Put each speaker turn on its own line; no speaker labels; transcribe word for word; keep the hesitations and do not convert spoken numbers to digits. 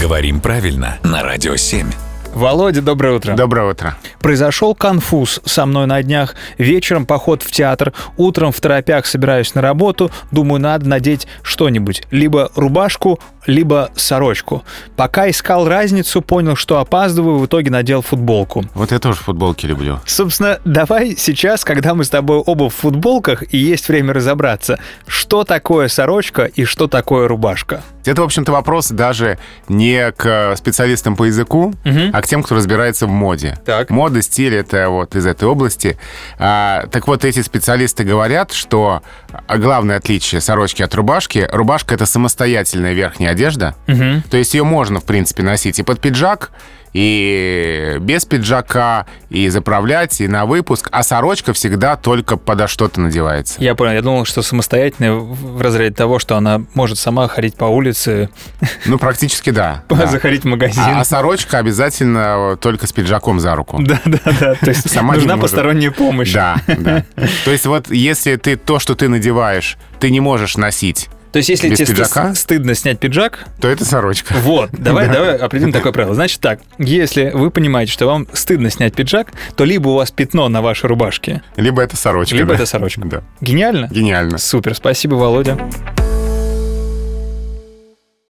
Говорим правильно на Радио семь.
Володя, доброе утро.
Доброе утро.
Произошел конфуз со мной на днях. Вечером поход в театр, утром в торопях собираюсь на работу. Думаю, надо надеть что-нибудь. Либо рубашку, либо сорочку. Пока искал разницу, понял, что опаздываю, в итоге надел футболку.
Вот я тоже футболки люблю.
Собственно, давай сейчас, когда мы с тобой оба в футболках и есть время разобраться, что такое сорочка и что такое рубашка.
Это, в общем-то, вопрос даже не к специалистам по языку, угу. а к тем, кто разбирается в моде.
Так.
Мода, стиль — это вот из этой области. А, так вот, эти специалисты говорят, что главное отличие сорочки от рубашки — рубашка — это самостоятельная верхняя одежда. Угу. То есть ее можно, в принципе, носить и под пиджак, и без пиджака, и заправлять, и на выпуск. А сорочка всегда только подо что-то надевается.
Я понял. Я думал, что самостоятельная в разряде того, что она может сама ходить по улице.
Ну, практически да.
Заходить в магазин.
А, а сорочка обязательно только с пиджаком за руку.
Да-да-да. То есть нужна посторонняя помощь.
Да, да. То есть вот если ты то, что ты надеваешь, ты не можешь носить,
то есть, если
без
тебе
пиджака,
стыдно снять пиджак,
то это сорочка.
Вот, давай, да. давай определим такое правило. Значит так, если вы понимаете, что вам стыдно снять пиджак, то либо у вас пятно на вашей рубашке,
либо это сорочка.
Либо
да.
это сорочка.
Да.
Гениально?
Гениально.
Супер, спасибо, Володя.